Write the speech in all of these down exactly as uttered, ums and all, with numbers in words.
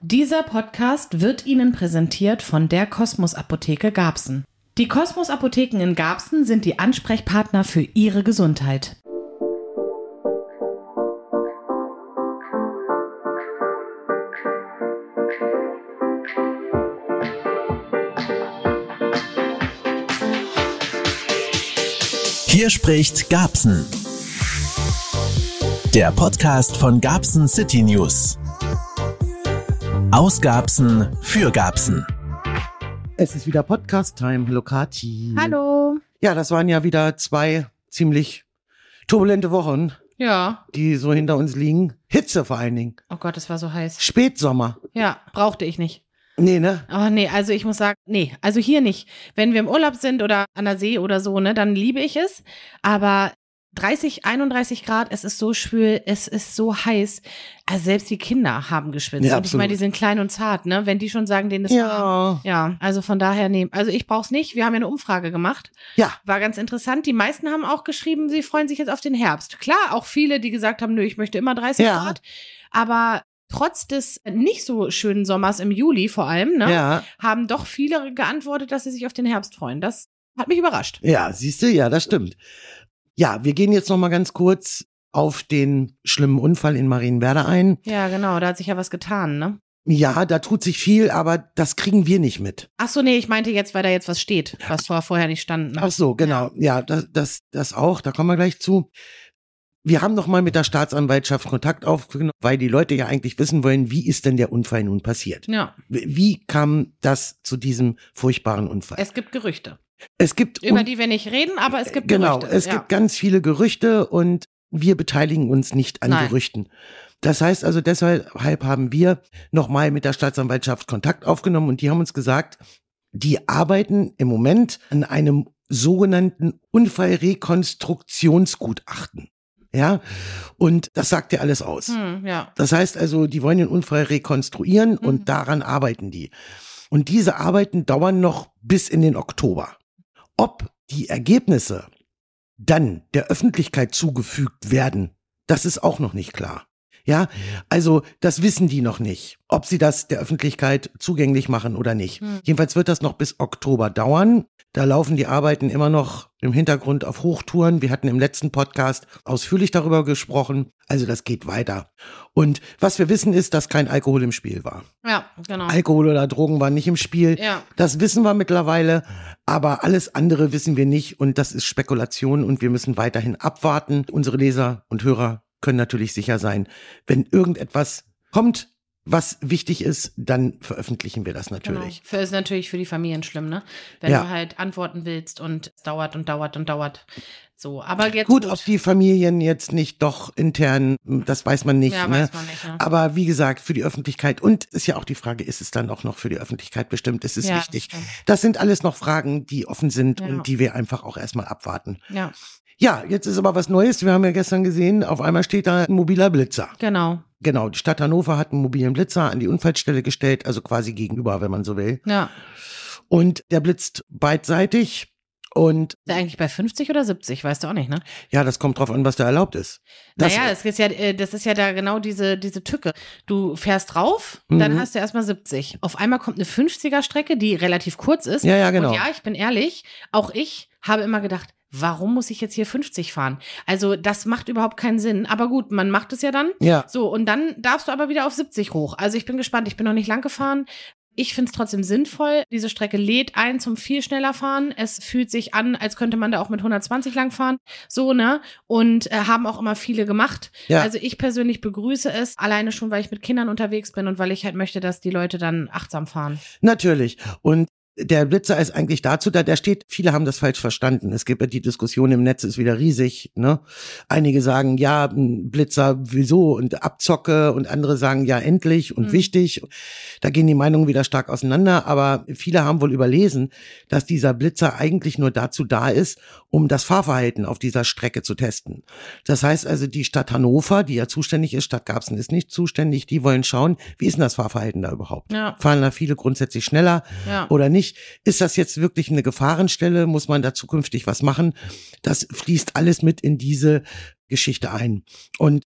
Dieser Podcast wird Ihnen präsentiert von der Kosmos Apotheke Garbsen. Die Kosmos Apotheken in Garbsen sind die Ansprechpartner für Ihre Gesundheit. Hier spricht Garbsen. Der Podcast von Garbsen City News. Aus Garbsen für Garbsen. Es ist wieder Podcast-Time. Hallo Kathi. Hallo. Ja, das waren ja wieder zwei ziemlich turbulente Wochen, Ja. die so hinter uns liegen. Hitze vor allen Dingen. Oh Gott, es war so heiß. Spätsommer. Ja, brauchte ich nicht. Nee, ne? Oh nee, also ich muss sagen, nee, also hier nicht. Wenn wir im Urlaub sind oder an der See oder so, ne, dann liebe ich es. Aber dreißig, einunddreißig Grad, es ist so schwül, es ist so heiß. Also selbst die Kinder haben geschwitzt. Ja, und ich meine, die sind klein und zart, ne? Wenn die schon sagen, denen ist Ja. warm. Ja, also von daher, nee. Also ich brauch's nicht. Wir haben ja eine Umfrage gemacht. Ja. War ganz interessant. Die meisten haben auch geschrieben, sie freuen sich jetzt auf den Herbst. Klar, auch viele, die gesagt haben, nö, ich möchte immer dreißig Ja. Grad. Aber trotz des nicht so schönen Sommers im Juli vor allem, ne, Ja. haben doch viele geantwortet, dass sie sich auf den Herbst freuen. Das hat mich überrascht. Ja, siehst du, ja, das stimmt. Ja, wir gehen jetzt noch mal ganz kurz auf den schlimmen Unfall in Marienwerder ein. Ja, genau, da hat sich ja was getan, ne? Ja, da tut sich viel, aber das kriegen wir nicht mit. Ach so, nee, ich meinte jetzt, weil da jetzt was steht, was vor, vorher nicht stand. Ne? Ach so, genau. Ja, das, das, das auch, da kommen wir gleich zu. Wir haben noch mal mit der Staatsanwaltschaft Kontakt aufgenommen, weil die Leute ja eigentlich wissen wollen, wie ist denn der Unfall nun passiert? Ja. Wie kam das zu diesem furchtbaren Unfall? Es gibt Gerüchte, Es gibt über un- die wir nicht reden, aber es gibt genau, Gerüchte. es ja. gibt ganz viele Gerüchte und wir beteiligen uns nicht an Nein. Gerüchten. Das heißt also, deshalb haben wir nochmal mit der Staatsanwaltschaft Kontakt aufgenommen und die haben uns gesagt, die arbeiten im Moment an einem sogenannten Unfallrekonstruktionsgutachten. Ja, und das sagt ja alles aus. Hm, ja. Das heißt also, die wollen den Unfall rekonstruieren Mhm. und daran arbeiten die. Und diese Arbeiten dauern noch bis in den Oktober. Ob die Ergebnisse dann der Öffentlichkeit zugefügt werden, das ist auch noch nicht klar. Ja, also das wissen die noch nicht, ob sie das der Öffentlichkeit zugänglich machen oder nicht. Hm. Jedenfalls wird das noch bis Oktober dauern. Da laufen die Arbeiten immer noch im Hintergrund auf Hochtouren. Wir hatten im letzten Podcast ausführlich darüber gesprochen. Also das geht weiter. Und was wir wissen ist, dass kein Alkohol im Spiel war. Ja, genau. Alkohol oder Drogen waren nicht im Spiel. Ja. Das wissen wir mittlerweile, aber alles andere wissen wir nicht und das ist Spekulation und wir müssen weiterhin abwarten. Unsere Leser und Hörer können natürlich sicher sein, wenn irgendetwas kommt, was wichtig ist, dann veröffentlichen wir das natürlich. Genau. Für ist natürlich für die Familien schlimm, ne? Wenn Ja. du halt antworten willst und es dauert und dauert und dauert. So, aber jetzt Gut, gut. ob die Familien jetzt nicht doch intern, das weiß man nicht. Ja, ne? weiß man nicht, ne? Aber wie gesagt, für die Öffentlichkeit und ist ja auch die Frage, ist es dann auch noch für die Öffentlichkeit bestimmt? Es ist Ja, wichtig. stimmt. Das sind alles noch Fragen, die offen sind Ja. und die wir einfach auch erstmal abwarten. Ja, Ja, jetzt ist aber was Neues. Wir haben ja gestern gesehen, auf einmal steht da ein mobiler Blitzer. genau. Genau, die Stadt Hannover hat einen mobilen Blitzer an die Unfallstelle gestellt, also quasi gegenüber, wenn man so will. Ja. Und der blitzt beidseitig und Ist der eigentlich bei fünfzig oder siebzig? Weißt du auch nicht, ne? ja, das kommt drauf an, was da erlaubt ist. Das, naja, das ist ja, äh, das ist ja da genau diese, diese Tücke. Du fährst drauf, Mhm. dann hast du erstmal siebzig. Auf einmal kommt eine fünfziger-Strecke, die relativ kurz ist. Ja, ja, genau. Und ja, ich bin ehrlich, auch ich habe immer gedacht, warum muss ich jetzt hier fünfzig fahren? Also das macht überhaupt keinen Sinn. Aber gut, man macht es ja dann. Ja. So, und dann darfst du aber wieder auf siebzig hoch. Also ich bin gespannt, ich bin noch nicht lang gefahren. Ich finde es trotzdem sinnvoll. Diese Strecke lädt ein zum viel schneller fahren. Es fühlt sich an, als könnte man da auch mit hundertzwanzig lang fahren. So, ne? Und äh, haben auch immer viele gemacht. Ja. Also ich persönlich begrüße es, alleine schon, weil ich mit Kindern unterwegs bin und weil ich halt möchte, dass die Leute dann achtsam fahren. Natürlich. Und der Blitzer ist eigentlich dazu da, der steht, viele haben das falsch verstanden. Es gibt ja die Diskussion im Netz, ist wieder riesig, ne? Einige sagen, ja, ein Blitzer, wieso und Abzocke und andere sagen, ja, endlich und Mhm. wichtig. Da gehen die Meinungen wieder stark auseinander, aber viele haben wohl überlesen, dass dieser Blitzer eigentlich nur dazu da ist, um das Fahrverhalten auf dieser Strecke zu testen. Das heißt also, die Stadt Hannover, die ja zuständig ist, Stadt Garbsen ist nicht zuständig, die wollen schauen, wie ist denn das Fahrverhalten da überhaupt? Ja. Fahren da viele grundsätzlich schneller Ja. oder nicht? Ist das jetzt wirklich eine Gefahrenstelle? Muss man da zukünftig was machen? Das fließt alles mit in diese Geschichte ein. Und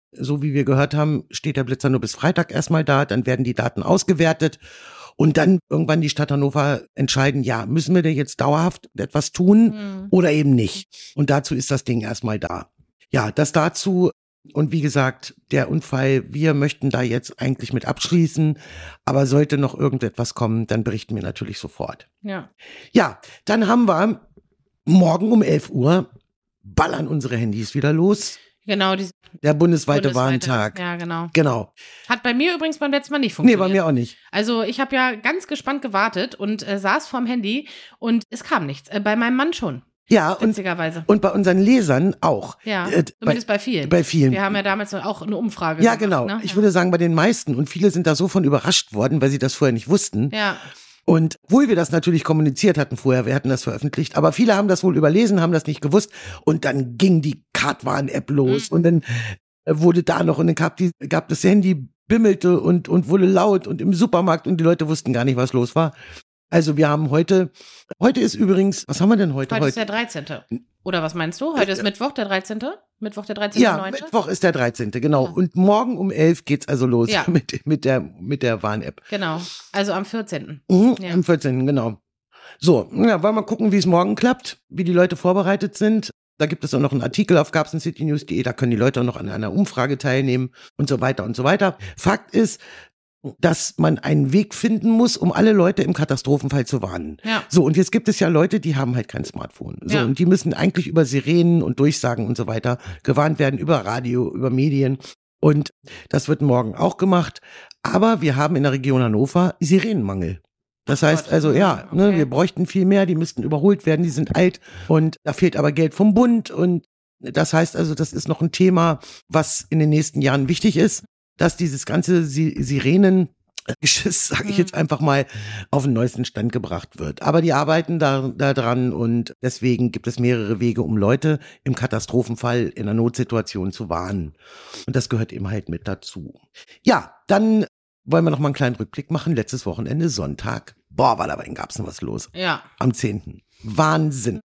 so wie wir gehört haben, steht der Blitzer nur bis Freitag erstmal da, dann werden die Daten ausgewertet und dann irgendwann die Stadt Hannover entscheiden, ja, müssen wir da jetzt dauerhaft etwas tun mhm. oder eben nicht. Und dazu ist das Ding erstmal da. Ja, das dazu. Und wie gesagt, der Unfall, wir möchten da jetzt eigentlich mit abschließen, aber sollte noch irgendetwas kommen, dann berichten wir natürlich sofort. Ja. Ja, dann haben wir morgen um elf Uhr, ballern unsere Handys wieder los. Genau, diese der bundesweite, bundesweite Warntag. Ja, genau. Genau. Hat bei mir übrigens beim letzten Mal nicht funktioniert. Nee, bei mir auch nicht. Also ich habe ja ganz gespannt gewartet und äh, saß vorm Handy und es kam nichts. Äh, bei meinem Mann schon. Ja, und, witzigerweise. Und bei unseren Lesern auch. Ja, äh, zumindest bei, bei vielen. Bei vielen. Wir haben ja damals auch eine Umfrage ja, gemacht. Genau. Ne? Ich ja. würde sagen, bei den meisten. Und viele sind da so von überrascht worden, weil sie das vorher nicht wussten. Ja. Und obwohl wir das natürlich kommuniziert hatten vorher, wir hatten das veröffentlicht, aber viele haben das wohl überlesen, haben das nicht gewusst. Und dann ging die Kartwarn-App los. Mhm. Und dann wurde da noch, und dann gab, die, gab das Handy, bimmelte und, und wurde laut und im Supermarkt und die Leute wussten gar nicht, was los war. Also wir haben heute, heute ist übrigens, was haben wir denn heute? Heute, heute ist der dreizehnte Oder was meinst du? Heute ist Mittwoch, der dreizehnte Mittwoch, der dreizehnte Ja, neunte Mittwoch ist der dreizehnte genau. Ja. Und morgen um elf geht's also los ja. mit, mit der, mit der Warn-App. Genau, also am vierzehnten Mhm, ja. Am vierzehnten genau. So, ja, wollen wir mal gucken, wie es morgen klappt, wie die Leute vorbereitet sind. Da gibt es auch noch einen Artikel auf garbsen city news punkt de, da können die Leute auch noch an einer Umfrage teilnehmen und so weiter und so weiter. Fakt ist, dass man einen Weg finden muss, um alle Leute im Katastrophenfall zu warnen. Ja. So, und jetzt gibt es ja Leute, die haben halt kein Smartphone. So, ja. und die müssen eigentlich über Sirenen und Durchsagen und so weiter gewarnt werden, über Radio, über Medien. Und das wird morgen auch gemacht. Aber wir haben in der Region Hannover Sirenenmangel. Das heißt also, ja, okay. ne, wir bräuchten viel mehr, die müssten überholt werden, die sind alt und da fehlt aber Geld vom Bund und das heißt also, das ist noch ein Thema, was in den nächsten Jahren wichtig ist, dass dieses ganze Sirenen-Geschiss, sage ich jetzt einfach mal, auf den neuesten Stand gebracht wird. Aber die arbeiten da, da dran und deswegen gibt es mehrere Wege, um Leute im Katastrophenfall in einer Notsituation zu warnen. Und das gehört eben halt mit dazu. Ja, dann wollen wir noch mal einen kleinen Rückblick machen. Letztes Wochenende, Sonntag. Boah, war dabei in Garbsen was los. Ja. Am zehnten Wahnsinn.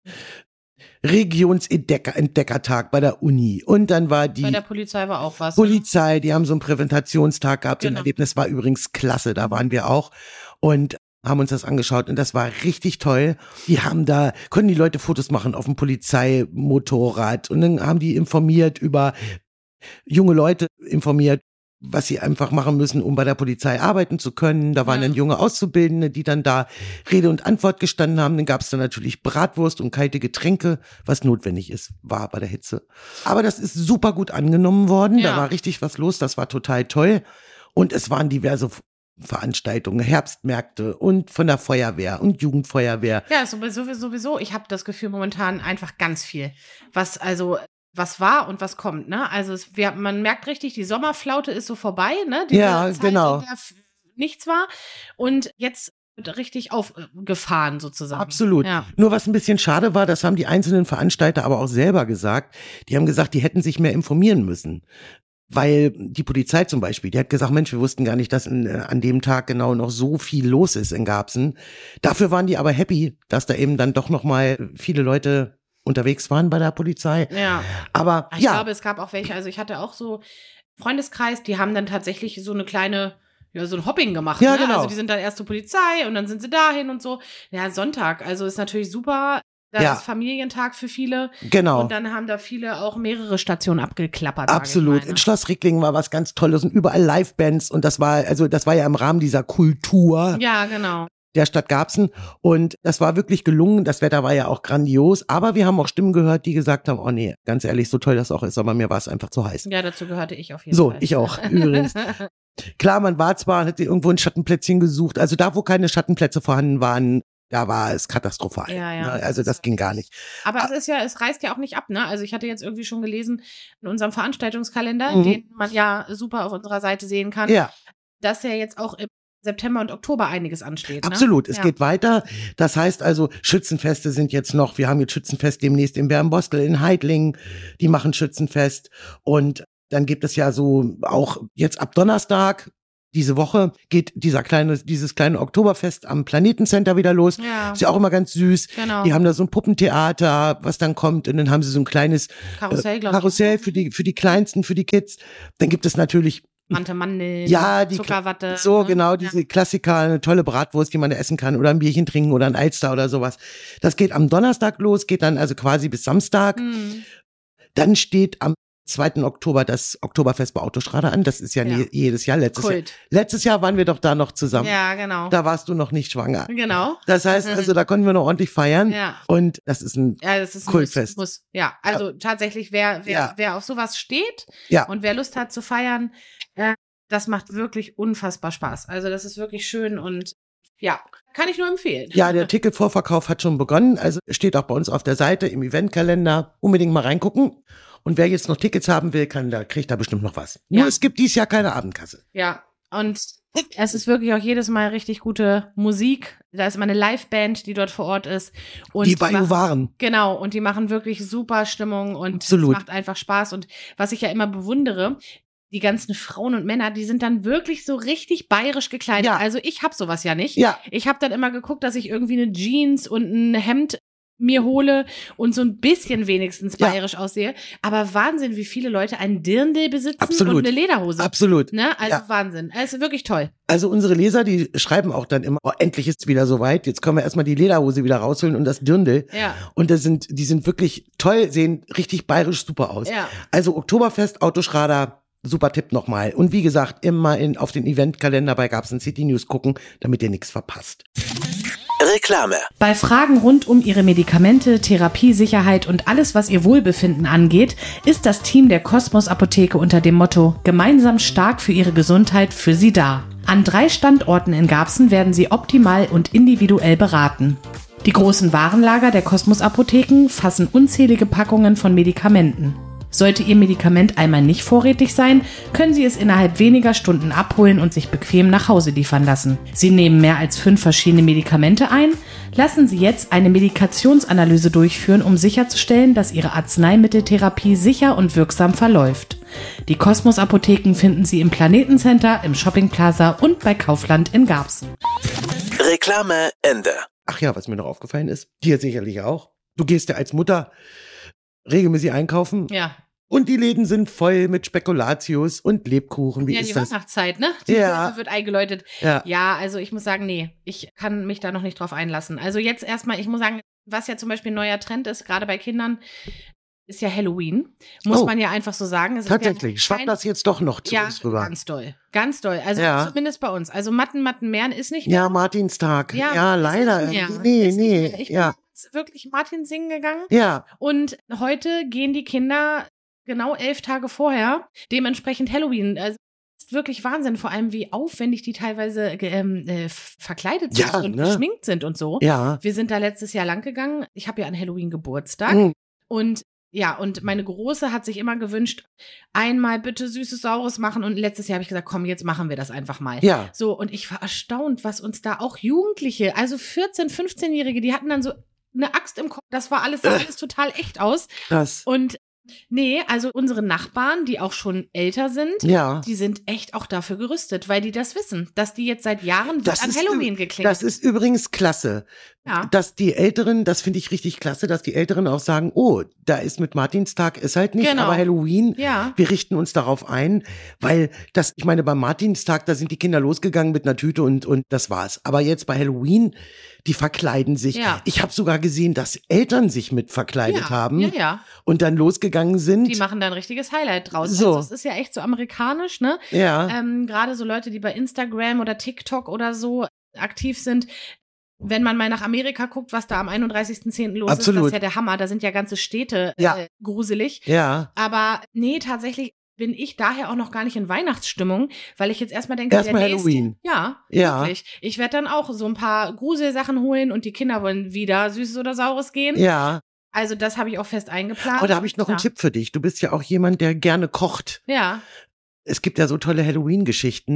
Regionsentdeckertag bei der Uni. Und dann war die... Bei der Polizei war auch was. Polizei, die haben so einen Präventationstag gehabt. Genau. Ein Erlebnis war übrigens klasse, da waren wir auch. Und haben uns das angeschaut und das war richtig toll. Die haben da, konnten die Leute Fotos machen auf dem Polizeimotorrad und dann haben die informiert über junge Leute, informiert, was sie einfach machen müssen, um bei der Polizei arbeiten zu können. Da waren ja. dann junge Auszubildende, die dann da Rede und Antwort gestanden haben. Dann gab es dann natürlich Bratwurst und kalte Getränke, was notwendig ist, war bei der Hitze. Aber das ist super gut angenommen worden. Ja. Da war richtig was los. Das war total toll. Und es waren diverse Veranstaltungen, Herbstmärkte und von der Feuerwehr und Jugendfeuerwehr. Ja, sowieso, sowieso. Ich habe das Gefühl momentan einfach ganz viel, was also was war und was kommt, ne? Also es, wir, man merkt richtig, die Sommerflaute ist so vorbei, ne? Diese ja, Zeit, genau. in der nichts war und jetzt wird richtig aufgefahren sozusagen. Absolut. Ja. Nur was ein bisschen schade war, das haben die einzelnen Veranstalter aber auch selber gesagt. Die haben gesagt, die hätten sich mehr informieren müssen. Weil die Polizei zum Beispiel, die hat gesagt, Mensch, wir wussten gar nicht, dass in, an dem Tag genau noch so viel los ist in Garbsen. Dafür waren die aber happy, dass da eben dann doch noch mal viele Leute unterwegs waren bei der Polizei. Ja. Aber ich ja. glaube, es gab auch welche, also ich hatte auch so Freundeskreis, die haben dann tatsächlich so eine kleine, ja, so ein Hopping gemacht. Ja, ne? genau. Also die sind dann erst zur Polizei und dann sind sie dahin und so. Ja, Sonntag, also ist natürlich super. Das ja. ist Familientag für viele. Genau. Und dann haben da viele auch mehrere Stationen abgeklappert. Absolut. Mal, ne? In Schloss Ricklingen war was ganz Tolles und überall Livebands und das war, also das war ja im Rahmen dieser Kultur. Ja, genau. Der Stadt Garbsen und das war wirklich gelungen, das Wetter war ja auch grandios, aber wir haben auch Stimmen gehört, die gesagt haben, oh nee, ganz ehrlich, so toll das auch ist, aber mir war es einfach zu heiß. Ja, dazu gehörte ich auf jeden so, Fall. So, ich auch, übrigens. Klar, man war zwar, hat irgendwo ein Schattenplätzchen gesucht, also da, wo keine Schattenplätze vorhanden waren, da war es katastrophal. Ja, ja. Also das ging gar nicht. Aber es ist ja, es reißt ja auch nicht ab, ne? Also ich hatte jetzt irgendwie schon gelesen in unserem Veranstaltungskalender, Mhm. den man ja super auf unserer Seite sehen kann, Ja. dass ja jetzt auch im September und Oktober einiges ansteht. Ne? Absolut, es ja. geht weiter. Das heißt also, Schützenfeste sind jetzt noch, wir haben jetzt Schützenfest demnächst in Bernbostel, in Heidlingen, die machen Schützenfest und dann gibt es ja so auch jetzt ab Donnerstag Diese Woche geht dieser kleine, dieses kleine Oktoberfest am Planetencenter wieder los. Ja. Ist ja auch immer ganz süß. Genau. Die haben da so ein Puppentheater, was dann kommt. Und dann haben sie so ein kleines Karussell, äh, glaube ich. Karussell für die, für die Kleinsten, für die Kids. Dann gibt es natürlich Mante Mandeln, ja, die, Zuckerwatte. so ne? genau, diese ja. Klassiker, eine tolle Bratwurst, die man da essen kann oder ein Bierchen trinken oder ein Alster oder sowas. Das geht am Donnerstag los, geht dann also quasi bis Samstag. Mhm. Dann steht am zweiten Oktober das Oktoberfest bei Autostrade an. Das ist ja, Ja. nie, jedes Jahr. Letztes Kult. Jahr. Letztes Jahr waren wir doch da noch zusammen. Ja, genau. Da warst du noch nicht schwanger. Genau. Das heißt also, da konnten wir noch ordentlich feiern. Ja. Und das ist ein Ja, das ist ein Kultfest. Muss, muss. Ja, also tatsächlich, wer, wer, Ja. wer auf sowas steht Ja. und wer Lust hat zu feiern, äh, das macht wirklich unfassbar Spaß. Also das ist wirklich schön und ja, kann ich nur empfehlen. Ja, der Ticketvorverkauf hat schon begonnen. Also steht auch bei uns auf der Seite im Eventkalender. Unbedingt mal reingucken. Und wer jetzt noch Tickets haben will, kann da kriegt da bestimmt noch was. Ja. Nur es gibt dieses Jahr keine Abendkasse. Ja, und es ist wirklich auch jedes Mal richtig gute Musik. Da ist immer eine Liveband, die dort vor Ort ist. Und Die bei machen- waren. Genau, und die machen wirklich super Stimmung und Absolut. es macht einfach Spaß. Und was ich ja immer bewundere, die ganzen Frauen und Männer, die sind dann wirklich so richtig bayerisch gekleidet. Ja. Also ich hab sowas ja nicht. Ja. Ich habe dann immer geguckt, dass ich irgendwie eine Jeans und ein Hemd mir hole und so ein bisschen wenigstens Ja. bayerisch aussehe. Aber Wahnsinn, wie viele Leute einen Dirndl besitzen Absolut. und eine Lederhose. Absolut. Ne? Also Ja. Wahnsinn. Es ist wirklich toll. Also unsere Leser, die schreiben auch dann immer, oh, endlich ist es wieder soweit. Jetzt können wir erstmal die Lederhose wieder rausholen und das Dirndl. Ja. Und das sind, die sind wirklich toll, sehen richtig bayerisch super aus. Ja. Also Oktoberfest, Autoschrader, super Tipp nochmal. Und wie gesagt, immer in, auf den Eventkalender bei Gabsen City News gucken, damit ihr nichts verpasst. Reklame. Bei Fragen rund um Ihre Medikamente, Therapiesicherheit und alles, was Ihr Wohlbefinden angeht, ist das Team der Kosmos Apotheke unter dem Motto Gemeinsam stark für Ihre Gesundheit für Sie da. An drei Standorten in Garbsen werden Sie optimal und individuell beraten. Die großen Warenlager der Kosmos Apotheken fassen unzählige Packungen von Medikamenten. Sollte Ihr Medikament einmal nicht vorrätig sein, können Sie es innerhalb weniger Stunden abholen und sich bequem nach Hause liefern lassen. Sie nehmen mehr als fünf verschiedene Medikamente ein? Lassen Sie jetzt eine Medikationsanalyse durchführen, um sicherzustellen, dass Ihre Arzneimitteltherapie sicher und wirksam verläuft. Die Kosmos Apotheken finden Sie im Planetencenter, im Shoppingplaza und bei Kaufland in Garbsen. Reklame Ende. Ach ja, was mir noch aufgefallen ist, dir sicherlich auch. Du gehst ja als Mutter regelmäßig einkaufen. Ja. Und die Läden sind voll mit Spekulatius und Lebkuchen. Wie Ja, ist die das? Weihnachtszeit, ne? Die Ja. wird eingeläutet. Ja. Ja, also ich muss sagen, nee, ich kann mich da noch nicht drauf einlassen. Also jetzt erstmal, ich muss sagen, was ja zum Beispiel ein neuer Trend ist, gerade bei Kindern, ist ja Halloween. Muss Oh. man ja einfach so sagen. Es Tatsächlich. Ist ja Schwappt das jetzt doch noch zu ja, uns rüber? ganz doll. Ganz doll. Also Ja. zumindest bei uns. Also Matten, Matten, Meeren ist nicht mehr. Ja, Martinstag. Ja, ist leider. nicht mehr. Nee, Ist nicht nee. mehr. Ich Ja. bin jetzt wirklich Martin singen gegangen. Ja. Und heute gehen die Kinder genau elf Tage vorher, dementsprechend Halloween. Also es ist wirklich Wahnsinn, vor allem wie aufwendig die teilweise ge- ähm, äh, f- verkleidet sind Ja, und ne? geschminkt sind und so. Ja. Wir sind da letztes Jahr lang gegangen. Ich habe ja an Halloween Geburtstag. Mhm. Und ja, und meine Große hat sich immer gewünscht, einmal bitte Süßes, Saures machen. Und letztes Jahr habe ich gesagt, komm, jetzt machen wir das einfach mal. Ja. So, und ich war erstaunt, was uns da auch Jugendliche, also vierzehn-, fünfzehnjährige, die hatten dann so eine Axt im Kopf. Das war alles, sah alles total echt aus. Das. Und nee, also unsere Nachbarn, die auch schon älter sind, Ja. die sind echt auch dafür gerüstet, weil die das wissen, dass die jetzt seit Jahren wird Das an ist Halloween üb- geklingelt. Das ist übrigens klasse. Ja. Dass die Älteren, das finde ich richtig klasse, dass die Älteren auch sagen, oh, da ist mit Martinstag, ist halt nicht, Genau. aber Halloween, Ja. wir richten uns darauf ein, weil das, ich meine, beim Martinstag, da sind die Kinder losgegangen mit einer Tüte und, und das war's. Aber jetzt bei Halloween, die verkleiden sich. Ja. Ich habe sogar gesehen, dass Eltern sich mit verkleidet ja. haben Ja, ja. und dann losgegangen sind. Die machen da ein richtiges Highlight draus. So. Also es ist ja echt so amerikanisch, ne? ja. Ähm, gerade so Leute, die bei Instagram oder TikTok oder so aktiv sind. Wenn man mal nach Amerika guckt, was da am einunddreißigsten zehnten los Absolut. ist, das ist ja der Hammer. Da sind ja ganze Städte Ja. äh, gruselig. ja. Aber nee, tatsächlich bin ich daher auch noch gar nicht in Weihnachtsstimmung, weil ich jetzt erstmal denke, Erstmal der nächste- Halloween. Ja, Ja. wirklich. Ich werde dann auch so ein paar Gruselsachen holen und die Kinder wollen wieder Süßes oder Saures gehen. Ja. Also das habe ich auch fest eingeplant. Aber da habe ich noch ja. einen Tipp für dich. Du bist ja auch jemand, der gerne kocht. Ja, Es gibt ja so tolle Halloween-Geschichten.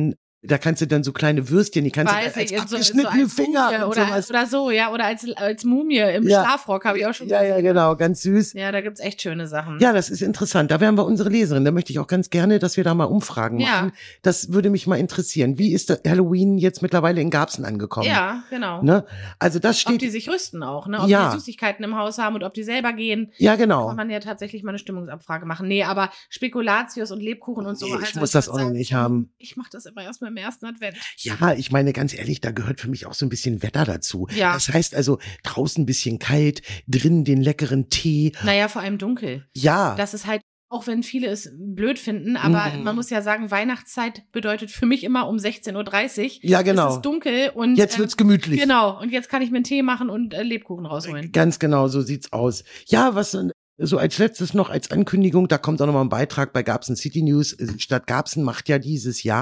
Da kannst du dann so kleine Würstchen, die kannst Weiß du als ich, so, abgeschnittene so als Finger Mumie und oder, sowas. oder so, ja, oder als, als Mumie im Ja. Schlafrock habe ich auch schon Ja, ja, genau, ganz süß. Ja, da gibt's echt schöne Sachen. Ja, das ist interessant. Da wären wir unsere Leserin. Da möchte ich auch ganz gerne, dass wir da mal Umfragen Ja. machen. Das würde mich mal interessieren. Wie ist der Halloween jetzt mittlerweile in Garbsen angekommen? Ja, genau. Ne? Also das Ob steht. die sich rüsten auch, ne? Ob Ja. die Süßigkeiten im Haus haben und ob die selber gehen. Ja, Da genau. kann man ja tatsächlich mal eine Stimmungsabfrage machen. Nee, aber Spekulatius und Lebkuchen und so. Nee, ich also muss das würd auch noch sagen, nicht haben. Ich mache das immer erst mal im ersten Advent. Ja, ich meine, ganz ehrlich, da gehört für mich auch so ein bisschen Wetter dazu. Ja. Das heißt also, draußen ein bisschen kalt, drinnen den leckeren Tee. Naja, vor allem dunkel. Ja. Das ist halt, auch wenn viele es blöd finden, aber Mhm. man muss ja sagen, Weihnachtszeit bedeutet für mich immer um sechzehn Uhr dreißig. Ja, genau. Es ist dunkel und Jetzt ähm, wird's gemütlich. Genau, und jetzt kann ich mir einen Tee machen und äh, Lebkuchen rausholen. Ganz genau, so sieht's aus. Ja, was äh, so als letztes noch als Ankündigung, da kommt auch noch mal ein Beitrag bei Garbsen City News. Stadt Garbsen macht ja dieses Jahr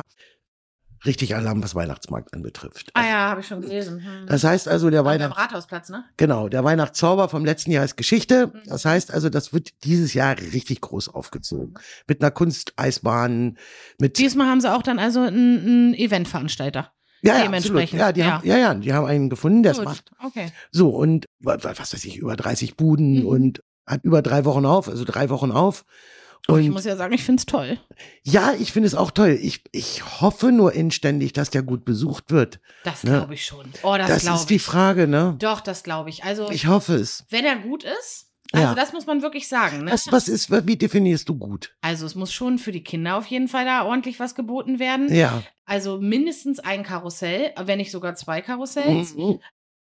richtig Alarm, was Weihnachtsmarkt anbetrifft. Ah ja, habe ich schon gelesen. Hm. Das heißt also, der Am Weihnachts Rathausplatz, ne? genau, der Weihnachtszauber vom letzten Jahr ist Geschichte. Mhm. Das heißt also, das wird dieses Jahr richtig groß aufgezogen. Mit einer Kunsteisbahn, mit Diesmal haben sie auch dann also einen, einen Eventveranstalter. ja, ja, absolut. dementsprechend. Ja, die Ja. haben ja, ja, die haben einen gefunden, der es Gut, macht. okay. So und wa- was weiß ich, über dreißig Buden Mhm. und hat über drei Wochen auf, also drei Wochen auf. Und ich Und muss ja sagen, ich find's toll. ja, ich finde es auch toll. Ich, ich hoffe nur inständig, dass der gut besucht wird. Das Ne? glaube ich schon. Oh, das, Das, glaube ist die ich. Frage, ne? Doch, das glaube ich. Also, Ich hoffe es. wenn er gut ist, also Ja. das muss man wirklich sagen. Ne? Was, was ist, wie definierst du gut? Also es muss schon für die Kinder auf jeden Fall da ordentlich was geboten werden. Ja. Also mindestens ein Karussell, wenn nicht sogar zwei Karussells. Mhm.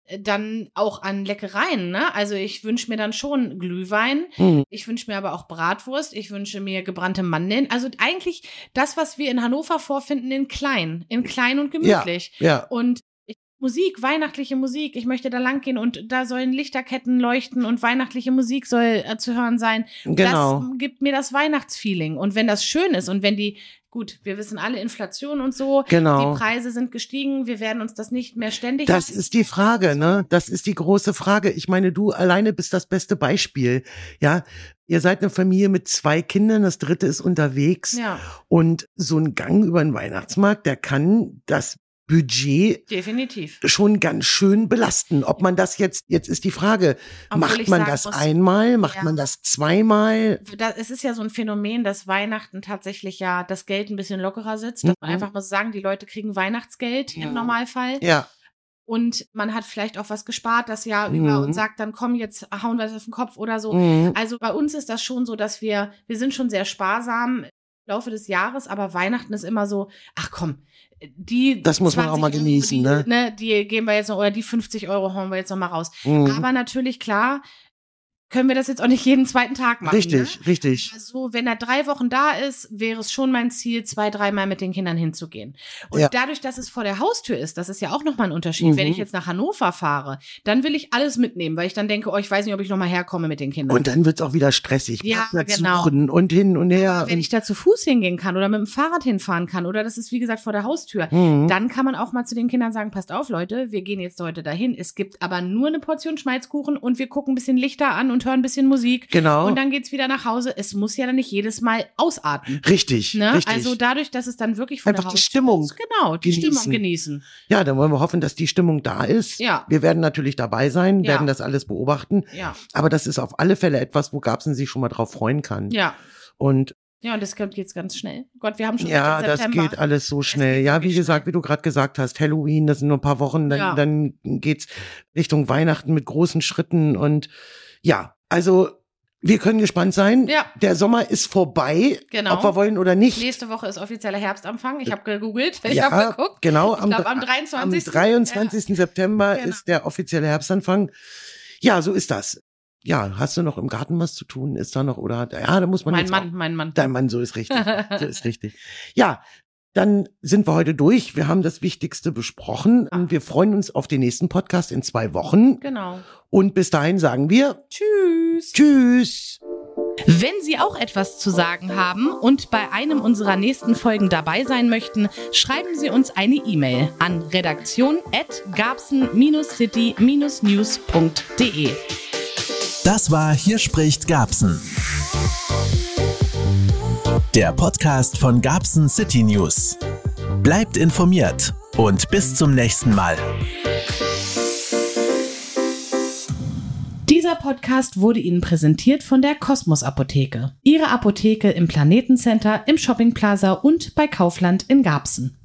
Dann auch an Leckereien, ne? Also ich wünsche mir dann schon Glühwein. Mhm. Ich wünsche mir aber auch Bratwurst. Ich wünsche mir gebrannte Mandeln. Also eigentlich das, was wir in Hannover vorfinden, in klein. In klein und gemütlich. Ja. Und ich, Musik, weihnachtliche Musik. Ich möchte da lang gehen und da sollen Lichterketten leuchten und weihnachtliche Musik soll äh, zu hören sein. Genau. Das gibt mir das Weihnachtsfeeling. Und wenn das schön ist und wenn die, gut, wir wissen alle Inflation und so, Genau. die Preise sind gestiegen, wir werden uns das nicht mehr ständig. Das ist die Frage, ne? Das ist die große Frage. Ich meine, du alleine bist das beste Beispiel. Ja, ihr seid eine Familie mit zwei Kindern, das dritte ist unterwegs. Ja, Und so ein Gang über den Weihnachtsmarkt, der kann das Budget definitiv. schon ganz schön belasten. Ob man das jetzt, jetzt ist die Frage, Obwohl macht ich man sagen das muss, einmal, macht ja. man das zweimal? Da, es ist ja so ein Phänomen, dass Weihnachten tatsächlich ja das Geld ein bisschen lockerer sitzt. Dass man Mhm. einfach muss sagen, die Leute kriegen Weihnachtsgeld Ja. im Normalfall. Ja, Und man hat vielleicht auch was gespart das Jahr über Mhm. und sagt dann, komm, jetzt hauen wir das auf den Kopf oder so. mhm. Also bei uns ist das schon so, dass wir, wir sind schon sehr sparsam im Laufe des Jahres, aber Weihnachten ist immer so, ach komm, die Das muss man auch zwanzig mal genießen, Euro, die, ne? Die geben wir jetzt noch, oder die fünfzig Euro hauen wir jetzt noch mal raus. Mhm. Aber natürlich, klar, können wir das jetzt auch nicht jeden zweiten Tag machen. Richtig, Ne? richtig. Also, wenn er drei Wochen da ist, wäre es schon mein Ziel, zwei, dreimal mit den Kindern hinzugehen. Und Ja. dadurch, dass es vor der Haustür ist, das ist ja auch nochmal ein Unterschied. Mhm. Wenn ich jetzt nach Hannover fahre, dann will ich alles mitnehmen, weil ich dann denke, oh, ich weiß nicht, ob ich nochmal herkomme mit den Kindern. Und dann wird's auch wieder stressig. Ja, Parkplatz genau. suchen und hin und her. wenn ich da zu Fuß hingehen kann oder mit dem Fahrrad hinfahren kann oder das ist, wie gesagt, vor der Haustür, Mhm. dann kann man auch mal zu den Kindern sagen, passt auf, Leute, wir gehen jetzt heute dahin. Es gibt aber nur eine Portion Schmalzkuchen und wir gucken ein bisschen Lichter an und hören ein bisschen Musik. Genau. Und dann geht's wieder nach Hause. Es muss ja dann nicht jedes Mal ausatmen. Richtig, Ne? richtig. Also dadurch, dass es dann wirklich von Einfach der die Haustür Stimmung ist, genau, die genießen. Stimmung genießen. Ja, dann wollen wir hoffen, dass die Stimmung da ist. Ja. Wir werden natürlich dabei sein, Ja. werden das alles beobachten. Ja, Aber das ist auf alle Fälle etwas, wo Garbsen sich schon mal drauf freuen kann. ja. Und Ja, und das kommt jetzt ganz schnell. Gott, wir haben schon ja, Mitte das September. geht alles so schnell. geht Ja, wirklich wie gesagt, wie du gerade gesagt hast, Halloween, das sind nur ein paar Wochen, dann, Ja. dann geht's Richtung Weihnachten mit großen Schritten. Und ja, also wir können gespannt sein. Ja. Der Sommer ist vorbei, Genau. ob wir wollen oder nicht. Nächste Woche ist offizieller Herbstanfang. Ich habe gegoogelt, ich Ja, habe geguckt. genau. Ich glaube, am dr- dreiundzwanzigsten Am dreiundzwanzigsten September Genau. ist der offizielle Herbstanfang. Ja, so ist das. Ja, hast du noch im Garten was zu tun? Ist da noch, oder? Ja, da muss man Mein jetzt Mann, auch, mein Mann. Dein Mann, so ist richtig. So ist richtig. Ja, dann sind wir heute durch. Wir haben das Wichtigste besprochen. Und wir freuen uns auf den nächsten Podcast in zwei Wochen. Genau. Und bis dahin sagen wir Tschüss. Tschüss. Wenn Sie auch etwas zu sagen haben und bei einem unserer nächsten Folgen dabei sein möchten, schreiben Sie uns eine E-Mail an redaktion at garbsen city news punkt de. Das war Hier spricht Garbsen. Der Podcast von Garbsen City News. Bleibt informiert und bis zum nächsten Mal. Dieser Podcast wurde Ihnen präsentiert von der Kosmos Apotheke. Ihre Apotheke im Planetencenter, im Shoppingplaza und bei Kaufland in Garbsen.